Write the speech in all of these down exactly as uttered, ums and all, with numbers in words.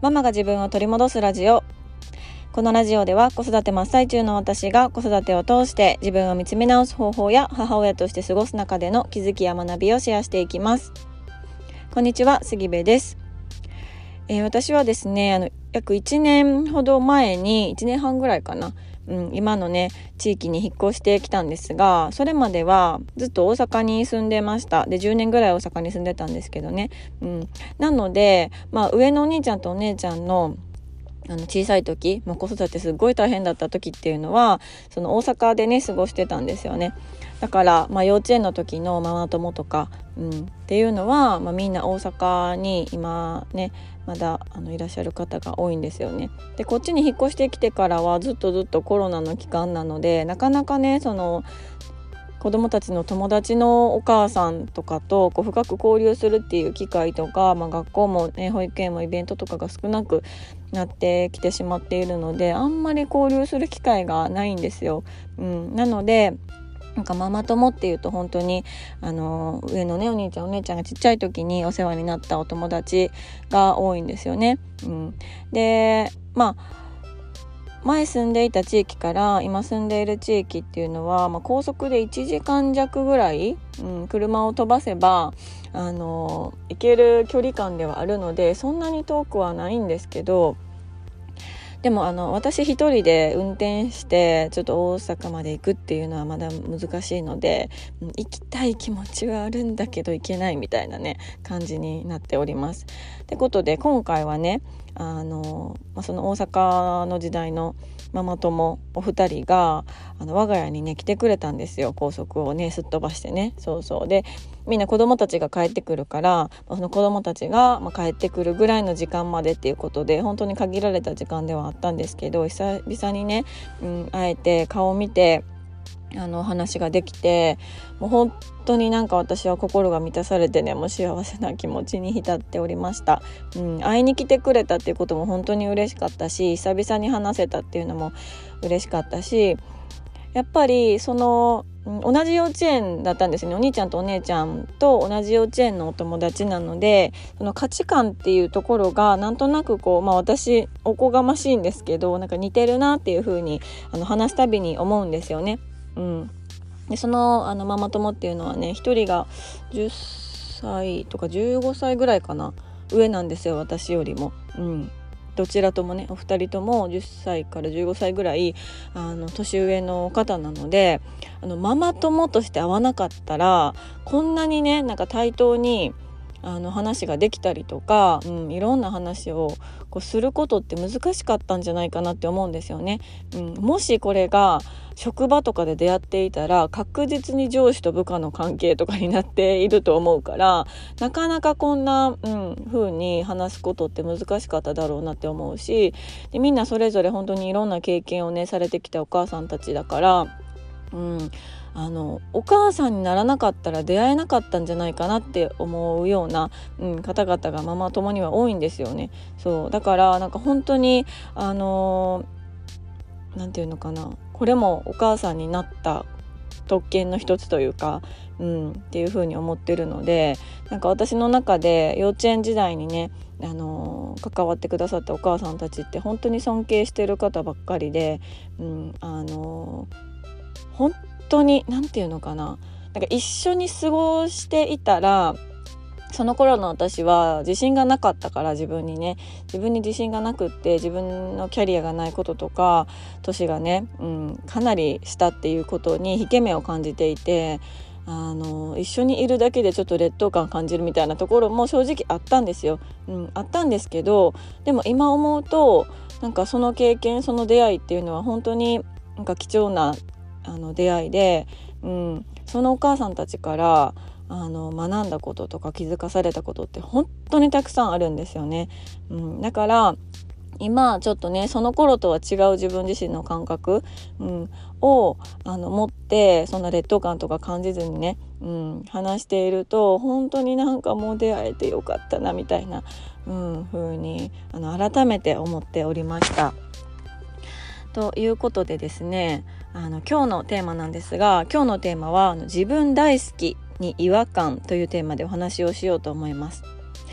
ママが自分を取り戻すラジオ。このラジオでは子育て真っ最中の私が子育てを通して自分を見つめ直す方法や母親として過ごす中での気づきや学びをシェアしていきます。こんにちは、杉部です。えー、私はですねあの約いちねんほど前にいちねんはんぐらいかな、うん、今のね地域に引っ越してきたんですが、それまではずっと大阪に住んでました。でじゅうねんぐらい大阪に住んでたんですけどね、うん、なので、まあ、上のお兄ちゃんとお姉ちゃんのあの小さい時、まあ、子育てすごい大変だった時っていうのはその大阪でね過ごしてたんですよね。だから、まあ、幼稚園の時のママ友とか、うん、っていうのは、まあ、みんな大阪に今ねまだあのいらっしゃる方が多いんですよね。でこっちに引っ越してきてからはずっとずっとコロナの期間なので、なかなかねその子どもたちの友達のお母さんとかとこう深く交流するっていう機会とか、まあ、学校も、ね、保育園もイベントとかが少なくなってきてしまっているので、あんまり交流する機会がないんですよ。うん、なのでなんかママ友っていうと本当にあの上のねお兄ちゃんお姉ちゃんがちっちゃい時にお世話になったお友達が多いんですよね。うん、でまあ前住んでいた地域から今住んでいる地域っていうのは、まあ、高速でいちじかん弱ぐらい、うん、車を飛ばせばあの行ける距離感ではあるので、そんなに遠くはないんですけど、でもあの私一人で運転してちょっと大阪まで行くっていうのはまだ難しいので、行きたい気持ちはあるんだけど行けないみたいなね感じになっております。ってことで今回はねあの、まあ、その大阪の時代のママ友お二人があの我が家にね来てくれたんですよ。高速をねすっ飛ばしてね。そうそうでみんな子供たちが帰ってくるから、その子供たちが、まあ、帰ってくるぐらいの時間までっていうことで本当に限られた時間ではあったんですけど、久々にね、うん、会えて顔を見てあの話ができて、もう本当になんか私は心が満たされてねもう幸せな気持ちに浸っておりました。うん、会いに来てくれたっていうことも本当に嬉しかったし、久々に話せたっていうのも嬉しかったし、やっぱりその同じ幼稚園だったんですね。お兄ちゃんとお姉ちゃんと同じ幼稚園のお友達なので、その価値観っていうところがなんとなくこう、まあ、私おこがましいんですけどなんか似てるなっていう風にあの話すたびに思うんですよね。うん、でその、あのママ友っていうのはね一人がじゅっさいとかじゅうごさいぐらいかな上なんですよ、私よりも。うんどちらともねお二人ともじゅっさいからじゅうごさいぐらいあの年上の方なので、あのママ友として会わなかったらこんなにねなんか対等にあの話ができたりとか、うん、いろんな話をこうすることって難しかったんじゃないかなって思うんですよね。うん、もしこれが職場とかで出会っていたら確実に上司と部下の関係とかになっていると思うから、なかなかこんな、うん、風に話すことって難しかっただろうなって思うし、でみんなそれぞれ本当にいろんな経験をねされてきたお母さんたちだから、うん、あのお母さんにならなかったら出会えなかったんじゃないかなって思うような、うん、方々がママ友には多いんですよね。そうだからなんか本当にあのー、なんていうのかな、これもお母さんになった特権の一つというか、うん、っていう風に思ってるので、なんか私の中で幼稚園時代にねあのー、関わってくださったお母さんたちって本当に尊敬してる方ばっかりで、うん、あのー本当になんていうのかな、なんか一緒に過ごしていたら、その頃の私は自信がなかったから、自分にね自分に自信がなくって、自分のキャリアがないこととか年がね、うん、かなりしたっていうことに引け目を感じていて、あの一緒にいるだけでちょっと劣等感感じるみたいなところも正直あったんですよ。うん、あったんですけど、でも今思うとなんかその経験その出会いっていうのは本当になんか貴重なあの出会いで、うん、そのお母さんたちからあの学んだこととか気づかされたことって本当にたくさんあるんですよね。うん、だから今ちょっとねその頃とは違う自分自身の感覚、うん、をあの持ってそんな劣等感とか感じずにね、うん、話していると本当になんかもう出会えてよかったなみたいな、うん、風にあの改めて思っておりました。ということでですね、あの今日のテーマなんですが、今日のテーマはあの自分大好きに違和感というテーマでお話をしようと思います。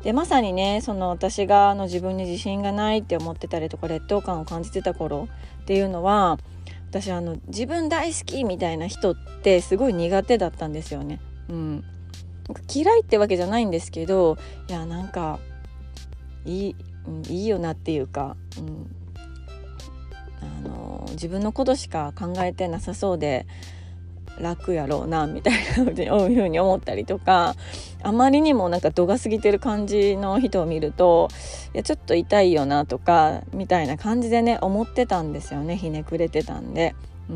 でまさにねその私があの自分に自信がないって思ってたりとか劣等感を感じてた頃っていうのは、私あの自分大好きみたいな人ってすごい苦手だったんですよね。うん、なんか嫌いってわけじゃないんですけど、いやなんかいい、うん、いいよなっていうか、うん、あの自分のことしか考えてなさそうで楽やろうなみたいなふうに思ったりとか、あまりにもなんか度が過ぎてる感じの人を見ると、いやちょっと痛いよなとかみたいな感じでね思ってたんですよね。ひねくれてたんで、うん、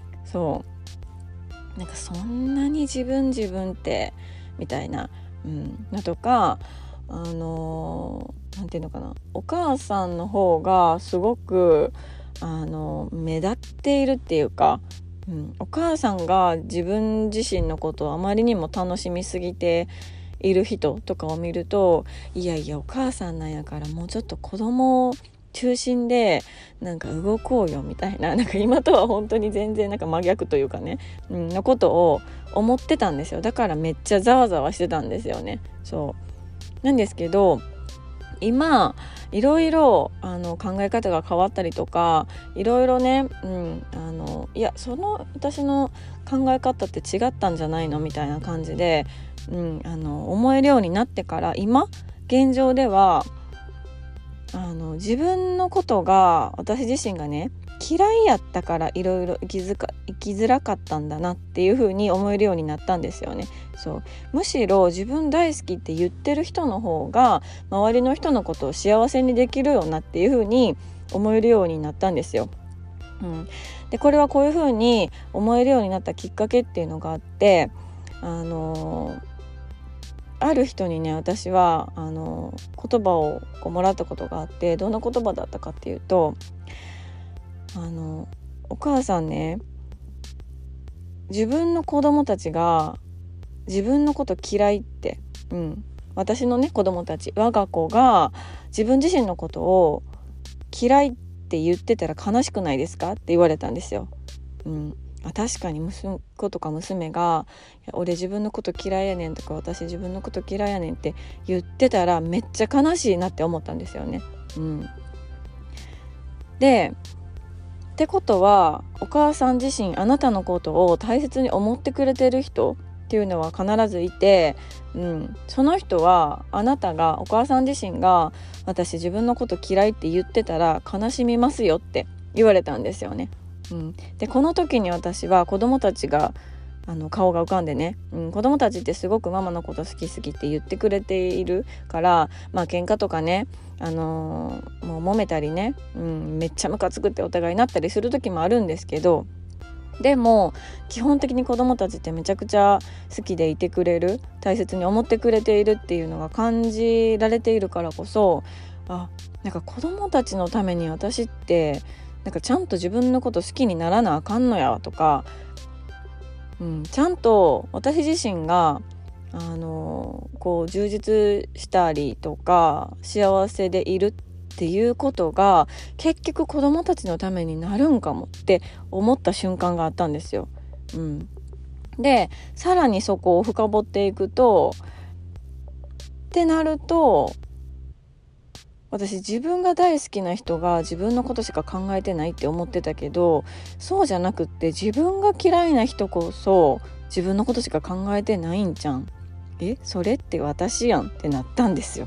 そうなんかそんなに自分自分ってみたいな、うん、のとか、あのー、なんていうのかな、お母さんの方がすごくあの目立っているっていうか、うん、お母さんが自分自身のことをあまりにも楽しみすぎている人とかを見ると、いやいやお母さんなんやからもうちょっと子供中心でなんか動こうよみたいな、なんか今とは本当に全然なんか真逆というかね、うん、のことを思ってたんですよ。だからめっちゃざわざわしてたんですよね。そうなんですけど、今いろいろあの考え方が変わったりとか、いろいろね、うん、あのいやその私の考え方って違ったんじゃないのみたいな感じで、うん、あの思えるようになってから、今現状ではあの自分のことが、私自身がね嫌いやったからいろいろ生きづか生きづらかったんだなっていう風に思えるようになったんですよね。そうむしろ自分大好きって言ってる人の方が周りの人のことを幸せにできるよなっていう風に思えるようになったんですよ。うん、でこれはこういう風に思えるようになったきっかけっていうのがあって、あのーある人にね私はあの言葉をこうもらったことがあって、どんな言葉だったかっていうと、あのお母さんね、自分の子供たちが自分のこと嫌いって、うん、私のね子供たち、我が子が自分自身のことを嫌いって言ってたら悲しくないですかって言われたんですよ。うん、あ確かに息子とか娘が俺自分のこと嫌いやねんとか、私自分のこと嫌いやねんって言ってたらめっちゃ悲しいなって思ったんですよね。うん、でってことはお母さん自身あなたのことを大切に思ってくれてる人っていうのは必ずいて、うん、その人はあなたがお母さん自身が私自分のこと嫌いって言ってたら悲しみますよって言われたんですよね。うん、でこの時に私は子供たちがあの顔が浮かんでね、うん、子供たちってすごくママのこと好き好きって言ってくれているから、まあ喧嘩とかね、あのー、もう揉めたりね、うん、めっちゃムカつくってお互いになったりする時もあるんですけど、でも基本的に子供たちってめちゃくちゃ好きでいてくれる、大切に思ってくれているっていうのが感じられているからこそ、あなんか子供たちのために私ってなんかちゃんと自分のこと好きにならなあかんのやとか、うん、ちゃんと私自身があのこう充実したりとか幸せでいるっていうことが結局子供たちのためになるんかもって思った瞬間があったんですよ。うん、でさらにそこを深掘っていくとってなると、私自分が大好きな人が自分のことしか考えてないって思ってたけど、そうじゃなくって自分が嫌いな人こそ自分のことしか考えてないんじゃん、えそれって私やんってなったんですよ。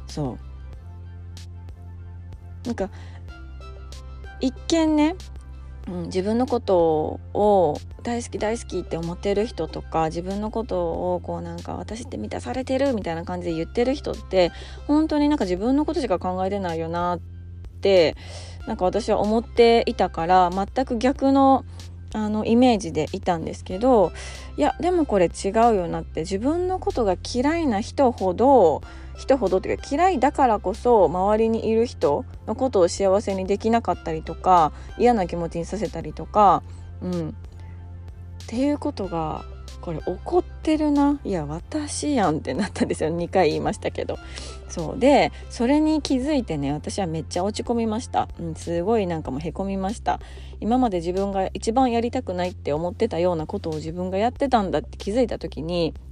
そうなんか一見ね、うん、自分のことを大好き大好きって思ってる人とか、自分のことをこうなんか私って満たされてるみたいな感じで言ってる人って本当になんか自分のことしか考えてないよなってなんか私は思っていたから、全く逆のあのイメージでいたんですけど、いやでもこれ違うよなって、自分のことが嫌いな人ほど人ほどっていうか嫌いだからこそ周りにいる人のことを幸せにできなかったりとか嫌な気持ちにさせたりとか、うん、っていうことがこれ起こってるな、いや私やんってなったんですよ。にかい言いましたけど、そうでそれに気づいてね、私はめっちゃ落ち込みました、うん、すごいなんかもうへこみました。今まで自分が一番やりたくないって思ってたようなことを自分がやってたんだって気づいた時に、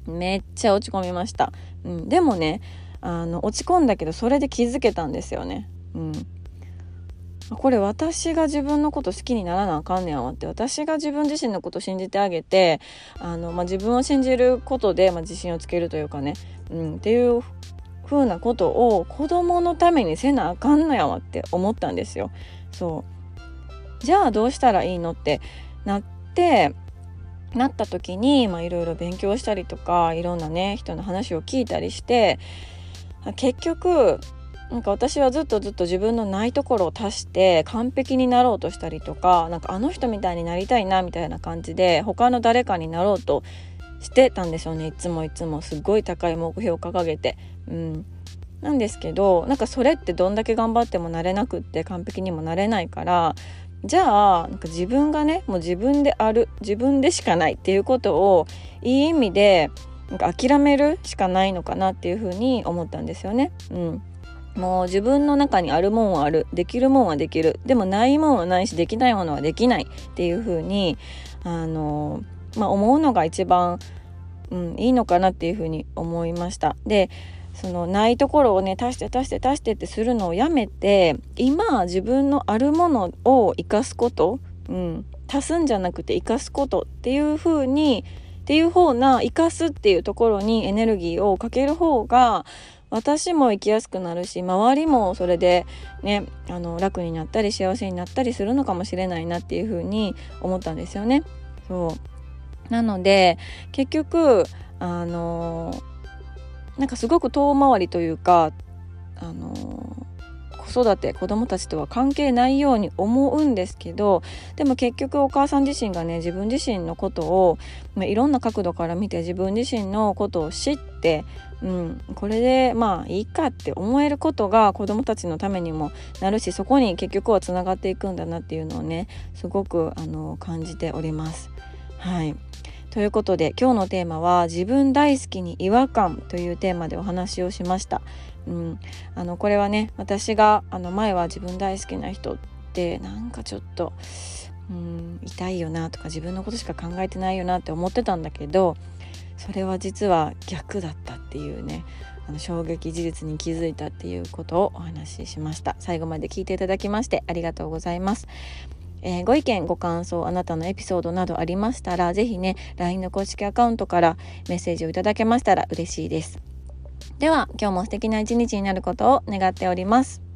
めっちゃ落ち込みました、うん、でもねあの落ち込んだけどそれで気づけたんですよね、うん、これ私が自分のこと好きにならなあかんねやわって、私が自分自身のことを信じてあげてあの、まあ、自分を信じることで、まあ、自信をつけるというかね、うん、っていう風なことを子供のためにせなあかんのやわって思ったんですよ。そうじゃあどうしたらいいのってなってなった時にいろいろ勉強したりとかいろんなね人の話を聞いたりして結局なんか私はずっとずっと自分のないところを足して完璧になろうとしたりとか、なんかあの人みたいになりたいなみたいな感じで他の誰かになろうとしてたんですよね。いつもいつもすごい高い目標を掲げて、うん、なんですけどなんかそれってどんだけ頑張ってもなれなくって完璧にもなれないから、じゃあなんか自分がねもう自分である自分でしかないっていうことをいい意味でなんか諦めるしかないのかなっていうふうに思ったんですよね。うんもう自分の中にあるもんはある、できるもんはできる、でもないもんはないしできないものはできないっていう風にあの、まあ、思うのが一番、うん、いいのかなっていう風に思いました。でそのないところをね足して足して足してってするのをやめて今自分のあるものを生かすこと、うん、足すんじゃなくて生かすことっていう風にっていう方な生かすっていうところにエネルギーをかける方が私も生きやすくなるし周りもそれでねあの楽になったり幸せになったりするのかもしれないなっていう風に思ったんですよね。そうなので結局あのなんかすごく遠回りというかあの子育て子供たちとは関係ないように思うんですけど、でも結局お母さん自身がね自分自身のことを、まあ、いろんな角度から見て自分自身のことを知って、うん、これでまあいいかって思えることが子供たちのためにもなるし、そこに結局はつながっていくんだなっていうのをねすごくあの感じております。はいということで今日のテーマは自分大好きに違和感というテーマでお話をしました。うん、あのこれはね私があの前は自分大好きな人ってなんかちょっとうん痛いよなとか自分のことしか考えてないよなって思ってたんだけど、それは実は逆だったっていうねあの衝撃事実に気づいたっていうことをお話ししました。最後まで聞いていただきましてありがとうございます。えー、ご意見ご感想あなたのエピソードなどありましたらぜひね ライン の公式アカウントからメッセージをいただけましたら嬉しいです。では今日も素敵な一日になることを願っております。